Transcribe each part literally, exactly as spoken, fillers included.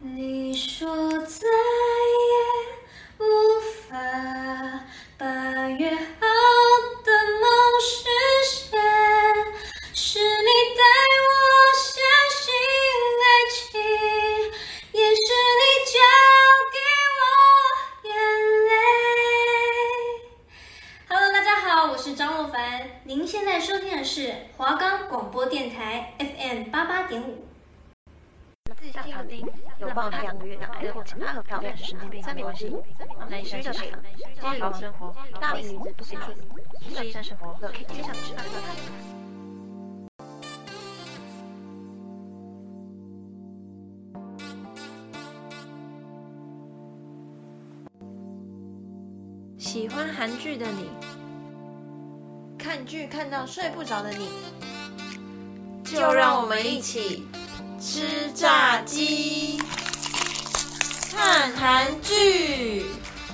你说再也无法把约好的梦实现，是你带我相信爱情，也是你教给我眼泪。Hello， 大家好，我是张若凡，您现在收听的是华冈广播电台 F M 八八点五。 自小草丁，拥抱太阳的月亮，热情和漂亮是神经病没关系。内需的太阳，日常生活，大龄女子不辛苦，这一生生活，可以接上吃饭喝汤。 喜欢韩剧的你，看剧看到睡不着的你，就让我们一起吃炸鸡，看韩剧。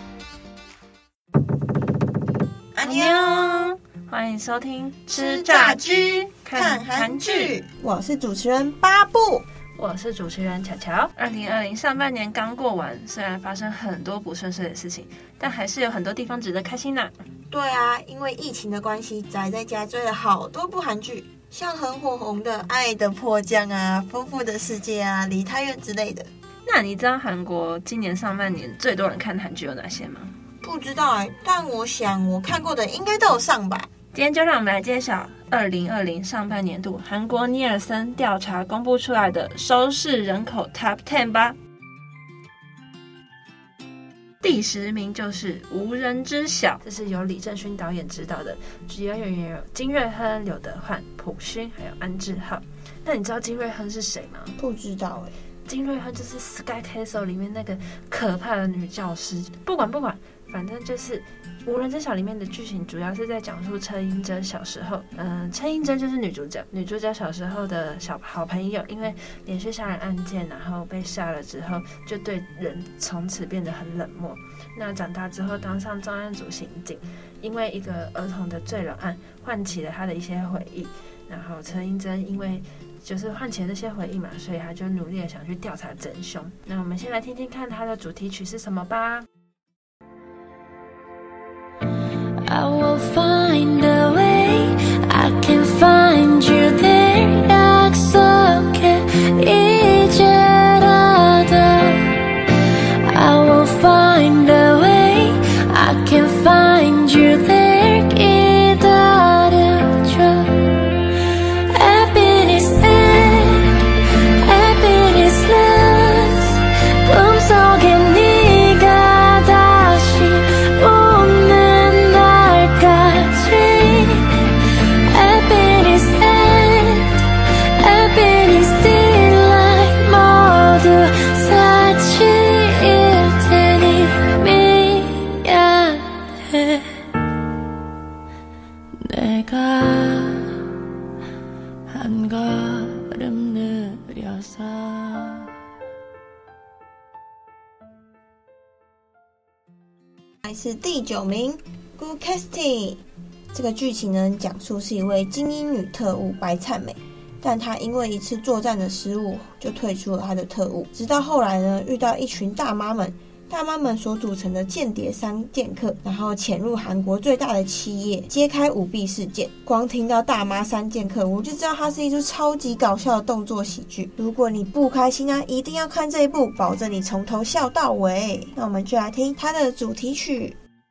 安妞， 欢迎收听吃炸鸡， 看韩剧。我是主持人巴布， 我是主持人巧巧。二零二零上半年刚过完，虽然发生很多不顺遂的事情，但还是有很多地方值得开心呢。 对啊，因为疫情的关系，宅在家追了好多部韩剧，像很火红的《爱的迫降》啊，《夫妇的世界》啊，《梨泰院》之类的。 那你知道韩国今年上半年最多人看韩剧有哪些吗？ 不知道哎、欸，但我想我看过的应该都有上吧。 今天就让我们来揭晓二零二零上半年度韩国尼尔森调查公布出来的收视人口 Top 十 吧。第十名就是《无人知晓》，这是由李正勋导演执导的，主要演员有金瑞亨、刘德焕、朴勋还有安智浩。那你知道金瑞亨是谁吗？ 不知道哎、欸。 金瑞亨就是《Sky Castle》里面那个可怕的女教师。不管不管，反正就是《无人知晓》里面的剧情主要是在讲述车英珍小时候，嗯、呃，车英珍就是女主角，女主角小时候的小好朋友，因为连续杀人案件，然后被杀了之后，就对人从此变得很冷漠。那长大之后当上重案组刑警，因为一个儿童的坠楼案唤起了他的一些回忆，然后车英珍因为就是唤起了这些回忆嘛，所以他就努力的想去调查真凶。那我们先来听听看他的主题曲是什么吧。 I will find a way, I can find you there. 약속해 이제라도 I will find a way, I can find you there. 기다려줘. Happiness and happiness lost. 꿈속에 네가 다시 웃는 Happiness and happiness delight 모두 사치일 테니 미안해 내가 한 걸음 느려서 还是第九名 Good Casting。这个剧情呢，讲述是一位精英女特务白灿美，但她因为一次作战的失误，就退出了她的特务。直到后来呢，遇到一群大妈们，大妈们所组成的间谍三剑客，然后潜入韩国最大的企业，揭开舞弊事件。光听到大妈三剑客，我就知道它是一出超级搞笑的动作喜剧。如果你不开心啊，一定要看这一部，保证你从头笑到尾。那我们就来听它的主题曲。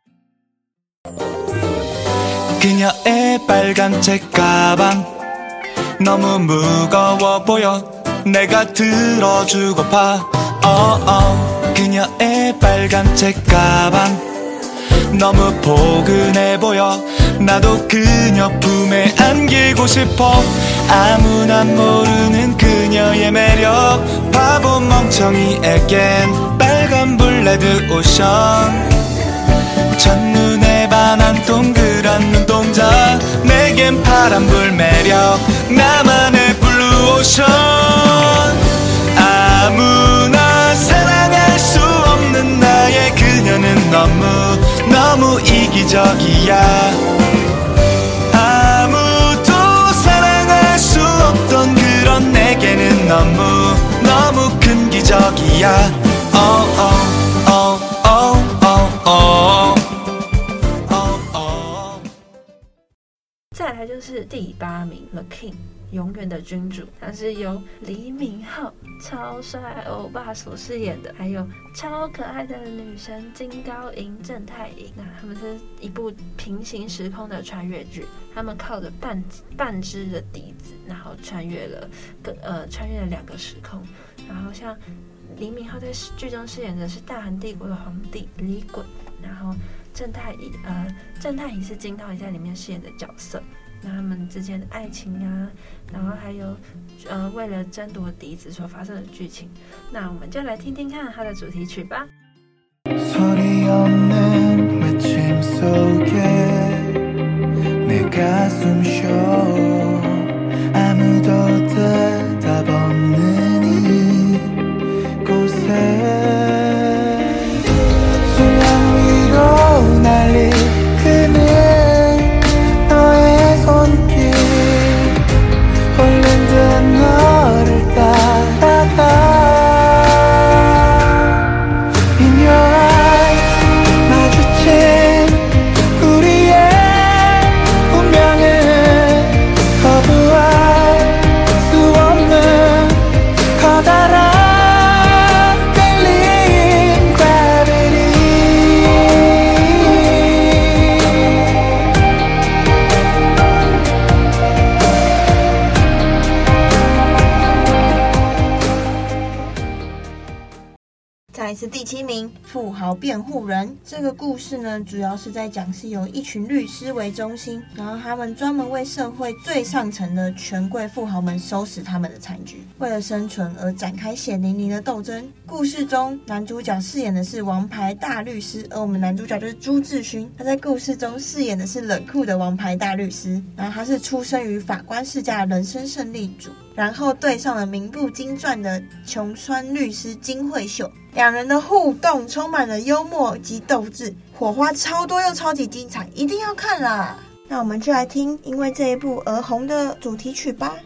그녀의 빨간색 가방 너무 무거워 보여 내가 들어주고파 oh, oh. 그녀의 빨간색 가방 너무 포근해 보여 나도 그녀 품에 안기고 싶어 아무나 모르는 그녀의 매력 바보 멍청이에겐 빨간 블레드 오션 첫눈에 반한 동그란 눈동자 내겐 파란불 매력 나만의 블루오션 아무나 사랑할 수 없는 나의 그녀는 너무 너무 이기적이야 아무도 사랑할 수 없던 그런 내게는 너무 너무 큰 기적 이기적이야 oh, oh, oh, oh, oh, oh. 再来就是第八名 The King 永远的君主，他是由李敏镐超帅欧巴所饰演的，还有超可爱的女神金高银、郑太银。那他们是一部平行时空的穿越剧，他们靠着半半支的笛子，然后穿越了个呃穿越了两个时空。然后像李敏镐在剧中饰演的是大韩帝国的皇帝李衮，然后郑太乙呃郑太乙是金高银在里面饰演的角色。那他们之间的爱情啊，然后还有呃为了争夺笛子所发生的剧情，那我们就来听听看它的主题曲吧。 소리 없는 외침 속에 내 가슴 쉬어 아무도 대답 없는 이곳에 수면 위로 날 이끄는 너의 손길 홀린 듯 너를 따라가 In your eyes 마주친 우리의 운명은 거부할 수 없는 커다란 끌림 gravity 再来是第七名，富豪辩护人。这个故事呢，主要是在讲是由一群律师为中心，然后他们专门为社会最上层的权贵富豪们收拾他们的残局，为了生存而展开血淋淋的斗争。故事中，男主角饰演的是王牌大律师，而我们男主角就是朱智勋，他在故事中饰演的是冷酷的王牌大律师，然后他是出生于法官世家的人生胜利组，然后对上了名不经传的穷酸律师金惠秀。两人的互动充满了幽默及斗志，火花超多又超级精彩，一定要看啦！那我们就来听因为这一部而红的主题曲吧。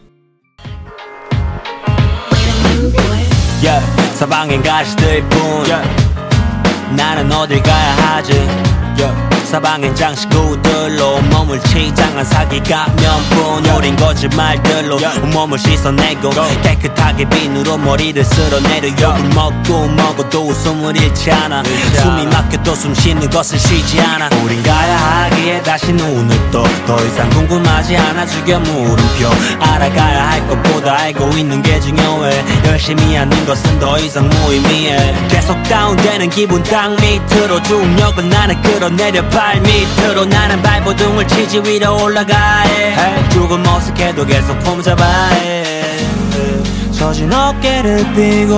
Yeah, 사방엔 가시들 뿐 yeah. 나는 어딜 가야 하지 yeah. 사방엔 장식구들로 몸을 치장한 사기 가면뿐 우린 거짓말들로 yeah. 온몸을 씻어내고 Go. 깨끗하게 비누로 머리를 쓸어내려 욕을 먹고 먹어도 웃음을 잃지 않아 숨이 막혀도 숨 쉬는 것은 쉬지 않아 우린 가야 하기에 다시 눈을 떠 더 이상 궁금하지 않아 죽여 물음표 알아가야 할 것보다 알고 있는 게 중요해 열심히 하는 것은 더 이상 무의미해 계속 다운되는 기분 땅 밑으로 중력은 나는 끌어내려 발 밑으로 나는 발버둥을 치지 위로 올라가 해 조금 어색해도 계속 폼 잡아야 해 젖은 어깨를 펴고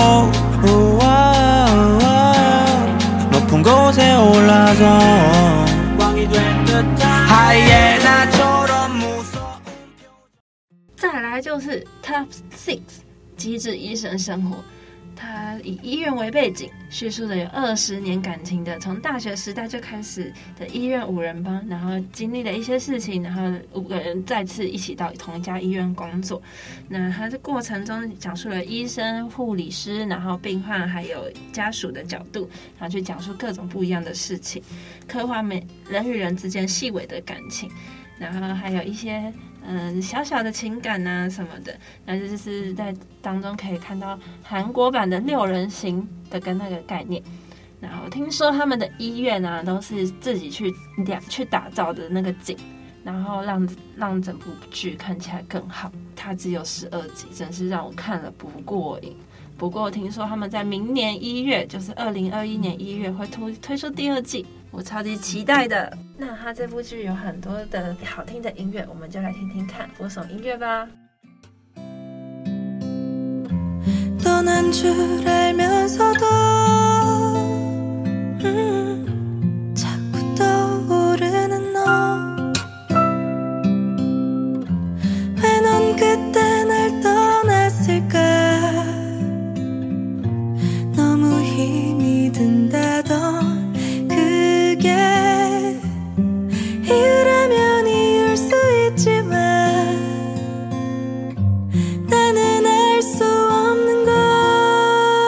높은 곳에 올라서 왕이 된 듯한 하이에나처럼 무서운 再来就是 Top Six 机智医生生活。他以医院为背景，叙述了有二十年感情的，从大学时代就开始的医院五人帮，然后经历了一些事情，然后五个人再次一起到同一家医院工作。那他的过程中讲述了医生、护理师，然后病患还有家属的角度，然后去讲述各种不一样的事情，刻画每人与人之间细微的感情，然后还有一些嗯，小小的情感啊什么的，那就是在当中可以看到韩国版的六人行的跟那个概念。然后听说他们的医院啊，都是自己去两去打造的那个景，然后让让整部剧看起来更好。它只有十二集，真是让我看了不过瘾。不过听说他们在明年一月，就是二零二一年一月会推推出第二季。我超级期待的。那他这部剧有很多的好听的音乐，我们就来听听看播送音乐吧。 떠난 줄 알면서도 음, 자꾸 떠오르는 너 왜 넌 그때 날 떠났을까 너무 힘이 든다던 그게 이유라면 이유일 수 있지만 나는 알 수 없는 걸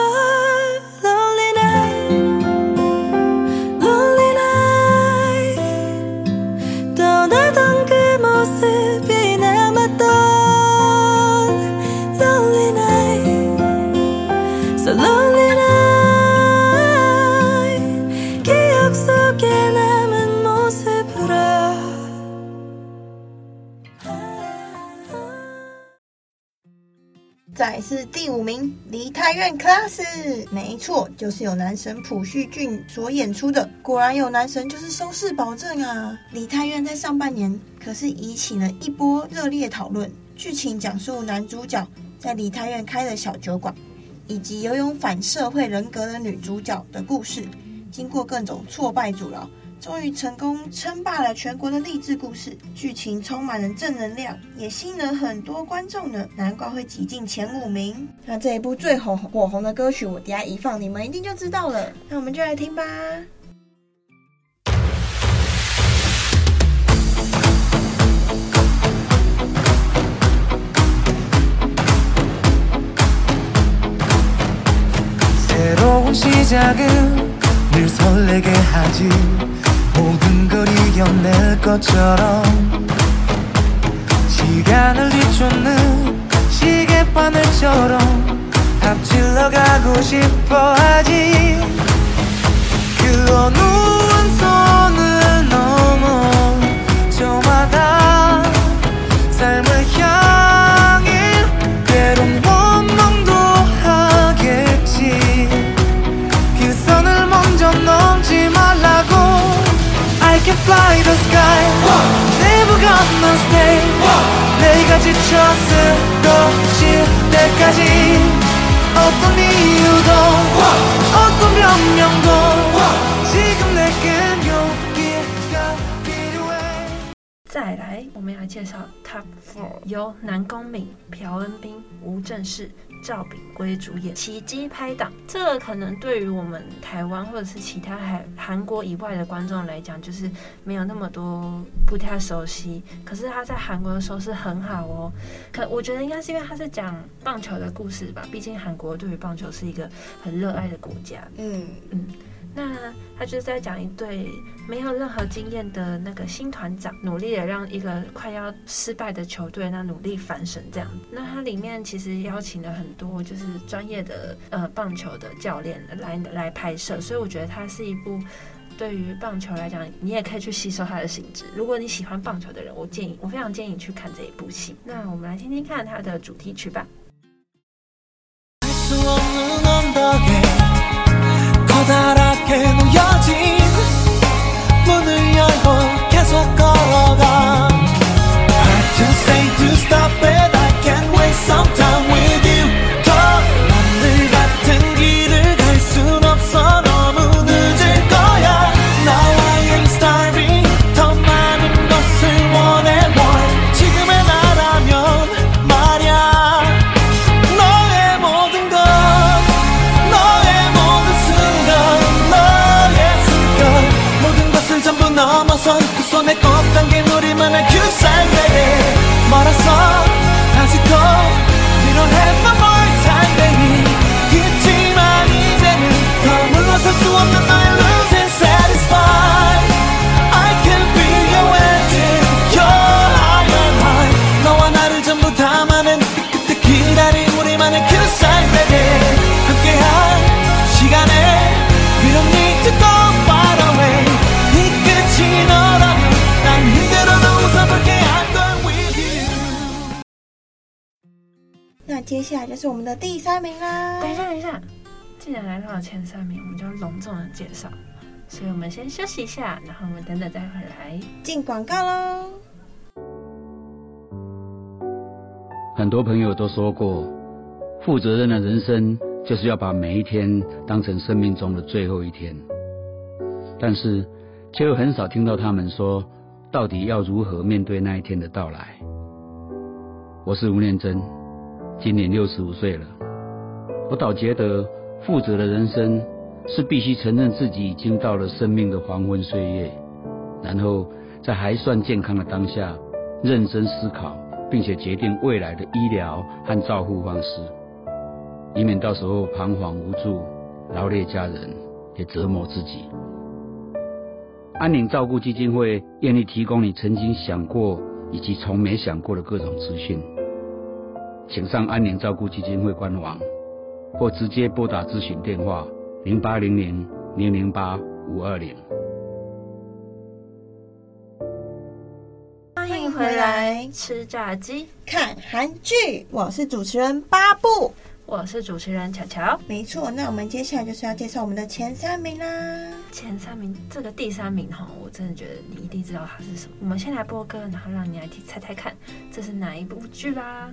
再是第五名，梨泰院 Class， 没错，就是由男神朴叙俊所演出的。果然有男神就是收视保证啊！梨泰院在上半年可是引起了一波热烈讨论。剧情讲述男主角在梨泰院开的小酒馆，以及拥有反社会人格的女主角的故事。经过各种挫败阻挠，终于成功称霸了全国的励志故事。剧情充满了正能量，也吸引了很多观众呢，难怪会挤进前五名。那这一部最火火红的歌曲，我等一下一放，你们一定就知道了。那我们就来听吧。 새로운 시작은 늘 설레게 하지 모든 걸 이겨낼 것처럼 시간을 뒤쫓는 시계바늘처럼 앞질러 가고 싶어 하지 그 어느 손을 넘어 저마다 삶을 향해 때론 원망도 하겠지 그 선을 먼저 넘지 말라고 I can fly the sky Never gonna stay 내가 지쳐 쓰러질 때까지 어떤 이유도 어떤 변명도 지금 내겐 용기가 필요해 再来，我们要介绍 Top Four， 由南宫珉、朴恩斌、吴正式、赵秉圭主演，奇迹拍档。这个可能对于我们台湾或者是其他海韩国以外的观众来讲，就是没有那么多不太熟悉。可是他在韩国的收视很好哦。可我觉得应该是因为他是讲棒球的故事吧，毕竟韩国对于棒球是一个很热爱的国家。 嗯嗯。那他就是在讲一对没有任何经验的那个新团长，努力的让一个快要失败的球队那努力翻身这样。那它里面其实邀请了很多就是专业的呃棒球的教练来来拍摄，所以我觉得它是一部对于棒球来讲，你也可以去吸收它的性质。如果你喜欢棒球的人，我建议我非常建议你去看这一部戏。那我们来听听看它的主题曲吧。 커다랗게 놓여진 문을 열고 계속 걸어가 Hard to say to stop it I can't waste some time with you 더 남들 같은 길을 갈 순 없어 너무 늦을 거야 Now I am starving 더 많은 것을 원해 뭘 지금의 나라면 말야 너의 모든 것 전부 넘어선 그 손에 꼭 당긴 우리만의 큐사이드에 멀어서 아직도 We don't have no more time baby 있지만 이제는 더 물러설 수 없는 너의 losing satisfied I can be your engine your iron heart 너와 나를 전부 담아낸 그 끝에 기다린 우리만의 큐사이드에 함께한 시간에 We don't need to go far away 那接下来就是我们的第三名啦。 等一下，等一下，既然来到了前三名，我们就要隆重的介绍，所以我们先休息一下，然后我们等等再回来进广告喽。 很多朋友都说过，负责任的人生就是要把每一天当成生命中的最后一天，但是却又很少听到他们说，到底要如何面对那一天的到来。我是吴念真，今年六十五岁了。我倒觉得，负责的人生是必须承认自己已经到了生命的黄昏岁月，然后在还算健康的当下，认真思考，并且决定未来的医疗和照护方式，以免到时候彷徨无助，劳累家人，也折磨自己。安宁照顾基金会愿意提供你曾经想过以及从没想过的各种资讯，请上安宁照顾基金会官网，或直接拨打咨询电话零八零零零零八五二零。 欢迎回来。 台吃炸鸡看韩剧，我是主持人巴布， 我是主持人巧巧。 没错，那我们接下来就是要介绍我们的前三名啦。 前三名，这个第三名哈，我真的觉得你一定知道它是什么。我们先来播歌，然后让你来猜猜看，这是哪一部剧啦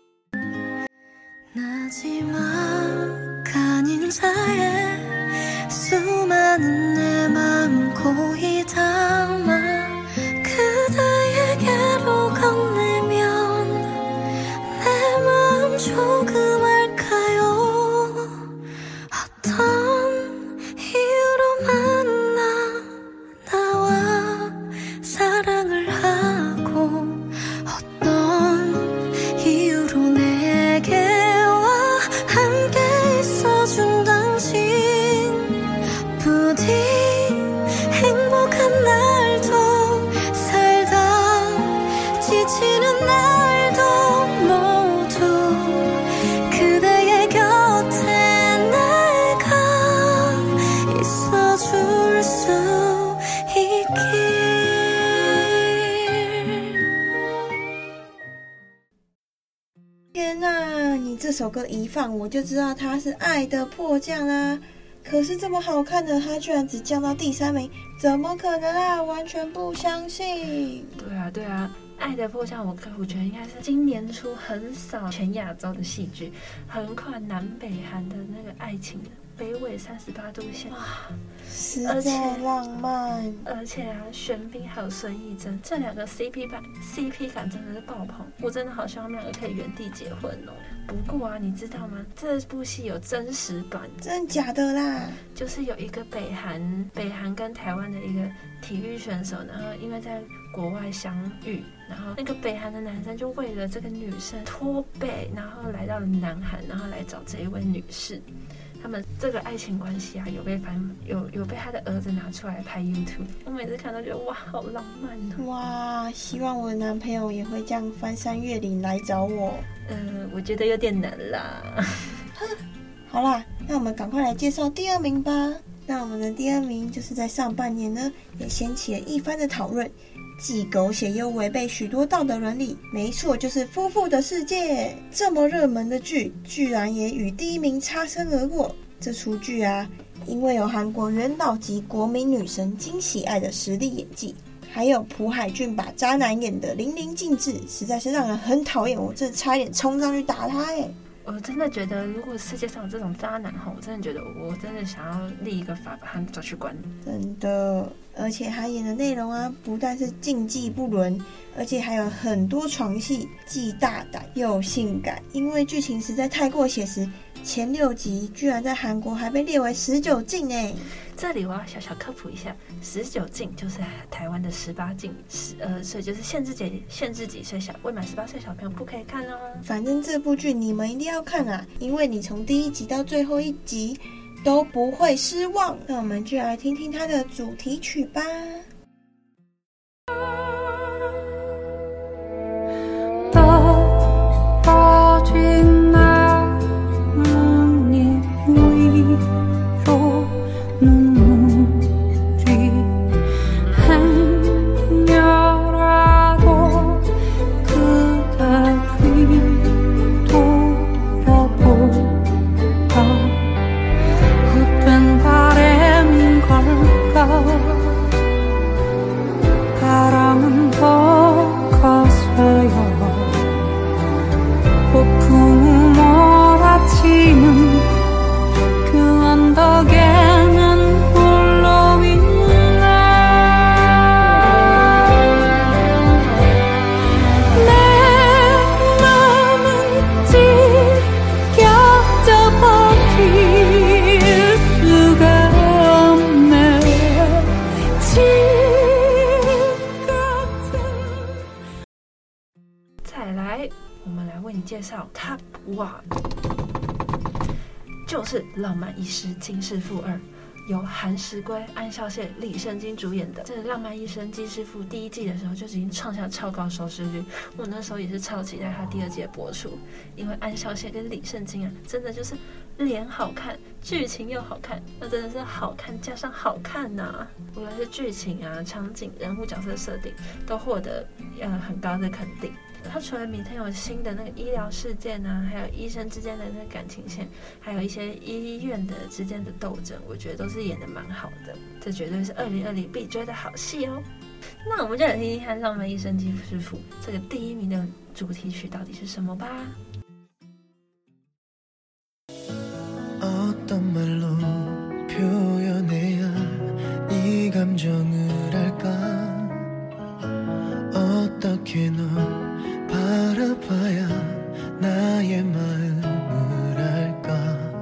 这首歌一放，我就知道它是《爱的迫降》啦。可是这么好看的，它居然只降到第三名，怎么可能啊？完全不相信。 对啊，对啊，《爱的迫降》我我觉得应该是今年初横扫全亚洲的戏剧，横跨南北韩的那个爱情的北纬三十八度线，哇， 实在浪漫。 而且啊，玄彬还有孙艺珍这两个 C P 版 C P 感真的是爆棚，我真的好希望他们两个可以原地结婚哦。不过啊，你知道吗？这部戏有真实版， 真的假的啦？ 就是有一个北韩北韩跟台湾的一个体育选手，然后因为在国外相遇，然后那个北韩的男生就为了这个女生脱北，然后来到了南韩，然后来找这一位女士。他们这个爱情关系啊，有被翻有有被他的儿子拿出来拍 YouTube。我每次看都觉得哇，好浪漫哦！ 哇，希望我的男朋友也会这样翻山越岭来找我。 嗯、呃，我觉得有点难啦。 好啦，那我们赶快来介绍第二名吧。那我们的第二名就是在上半年呢，也掀起了一番的讨论。既狗血又违背许多道德伦理，没错，就是《夫妇的世界》。这么热门的剧，居然也与第一名擦身而过。这出剧啊，因为有韩国元老级国民女神金喜爱的实力演技，还有朴海俊把渣男演得淋漓尽致，实在是让人很讨厌。我真的差一点冲上去打他哎！ 我真的觉得，如果世界上有这种渣男哈，我真的觉得我真的想要立一个法把他抓去关。 真的，而且他演的内容啊，不但是禁忌不伦，而且还有很多床戏，既大胆又性感。因为剧情实在太过写实，前六集居然在韩国还被列为十九禁哎。 这里我要小小科普一下，十九禁就是台湾的十八禁，呃，所以就是限制几限制几岁小未满十八岁小朋友不可以看哦。 反正这部剧你们一定要看啊，因为你从第一集到最后一集都不会失望。那我们就来听听它的主题曲吧。 介绍 Top One 就是《浪漫医师金氏妇二》， 由韩石圭、安孝燮、李圣经主演的这个《浪漫医生金师傅》第一季的时候就已经创下超高收视率，我那时候也是超期待他第二季的播出，因为安孝燮跟李圣经啊，真的就是脸好看，剧情又好看，那真的是好看加上好看呐、啊！无论是剧情啊、场景、人物角色设定，都获得呃很高的肯定。他除了每天有新的那个医疗事件啊，还有医生之间的那个感情线，还有一些医院的之间的斗争，我觉得都是演得蛮好的。这绝对是二零二零必追的好戏哦。那我们就来听听看《浪漫医生金师傅》这个第一名的主题曲到底是什么吧。 어떤 말로 표현해야 이 감정을 알까 어떻게 널 바라봐야 나의 마음을 알까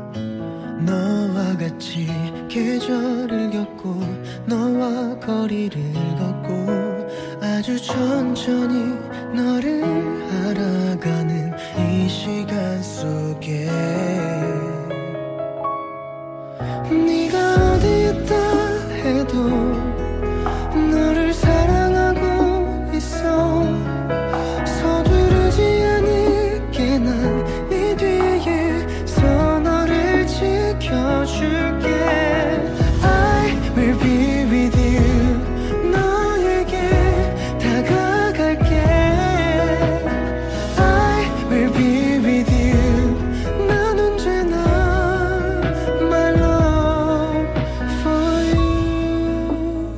너와 같이 계절을 겪고 너와 거리를 걷고 아주 천천히 너를 알아가는 이 시간 속에 네가 어디 있다 해도 너를 사랑하고 있어 서두르지 않을게 난 네 뒤에서 너를 지켜줄게 I will be with you 너에게 다가갈게 I will be with you 난 언제나 my love for you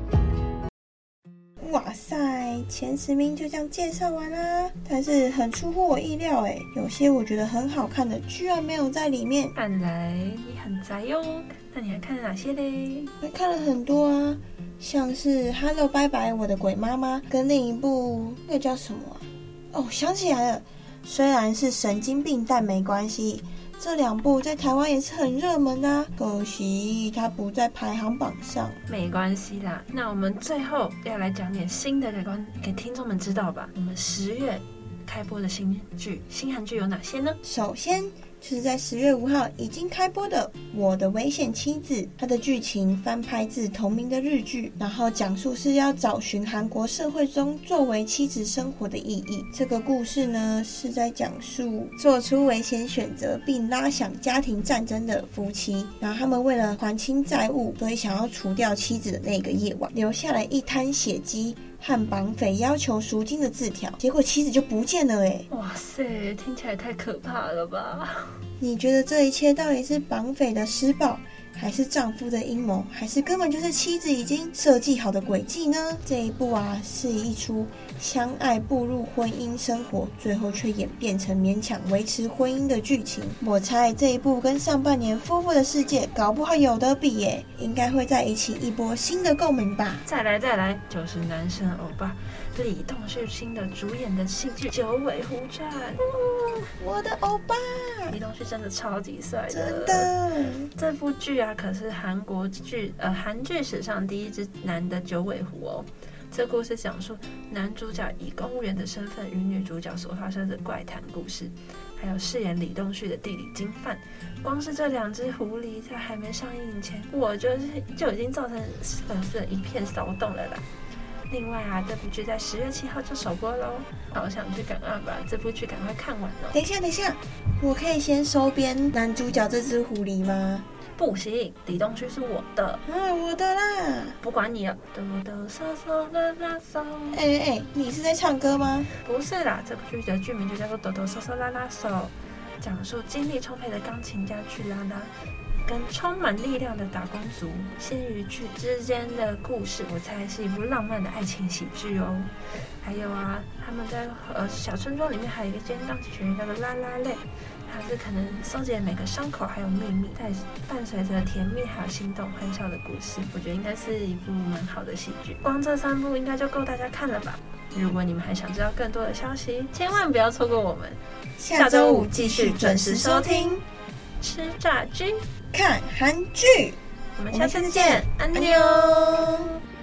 哇塞，前十名就这样介绍完啦，但是很出乎我意料诶，有些我觉得很好看的居然没有在里面。 看来你很宅哟，那你还看了哪些嘞？ 我看了很多啊，像是《Hello 拜拜我的鬼妈妈》跟另一部那个叫什么啊？哦，想起来了，虽然是神经病，但没关系。这两部在台湾也是很热门的、啊，可惜它不在排行榜上。 没关系啦，那我们最后要来讲点新的给观给听众们知道吧。我们十月开播的新剧、新韩剧有哪些呢？ 首先就是在十月五号已经开播的《我的危险妻子》，它的剧情翻拍自同名的日剧，然后讲述是要找寻韩国社会中作为妻子生活的意义。这个故事呢是在讲述做出危险选择并拉响家庭战争的夫妻，然后他们为了还清债务，所以想要除掉妻子的那个夜晚，留下了一滩血迹和绑匪要求赎金的字条，结果妻子就不见了哎！ 哇塞，听起来太可怕了吧！ 你觉得这一切到底是绑匪的施暴，还是丈夫的阴谋，还是根本就是妻子已经设计好的诡计呢？这一部啊，是一出相爱步入婚姻生活，最后却演变成勉强维持婚姻的剧情。我猜这一部跟上半年《夫妇的世界》搞不好有得比耶，应该会再引起一波新的共鸣吧。 再来再来，就是男神欧巴李栋旭新的主演的戏剧《九尾狐传》。 哦，我的欧巴， 李栋旭真的超级帅的， 真的。 这部剧啊，可是韩国剧呃韩剧史上第一只男的九尾狐哦。这故事讲述男主角以公务员的身份与女主角所发生的怪谈故事，还有饰演李栋旭的地理经犯。光是这两只狐狸在还没上映前，我就是就已经造成粉丝的一片骚动了啦。另外啊，这部剧在十月七号就首播喽，好想去赶快把这部剧赶快看完哦。 等一下，等一下，我可以先收编男主角这只狐狸吗？ 不行，李栋旭是我的啊，我的啦， 不管你了。哆哆嗦嗦啦啦嗦。 哎哎哎，你是在唱歌吗？ 不是啦，这部剧的剧名就叫做哆哆嗦嗦啦啦嗦，讲述精力充沛的钢琴家曲拉拉跟充满力量的打工族仙与剧之间的故事，我猜是一部浪漫的爱情喜剧哦。还有啊，他们在呃小村庄里面还有一个间钢琴学院叫做啦啦类，它是可能收集了每个伤口还有秘密，在伴随着甜蜜还有心动欢笑的故事，我觉得应该是一部蛮好的喜剧。光这三部应该就够大家看了吧？如果你们还想知道更多的消息，千万不要错过我们下周五继续准时收听吃炸鸡看韩剧， 我们下次见，安妞。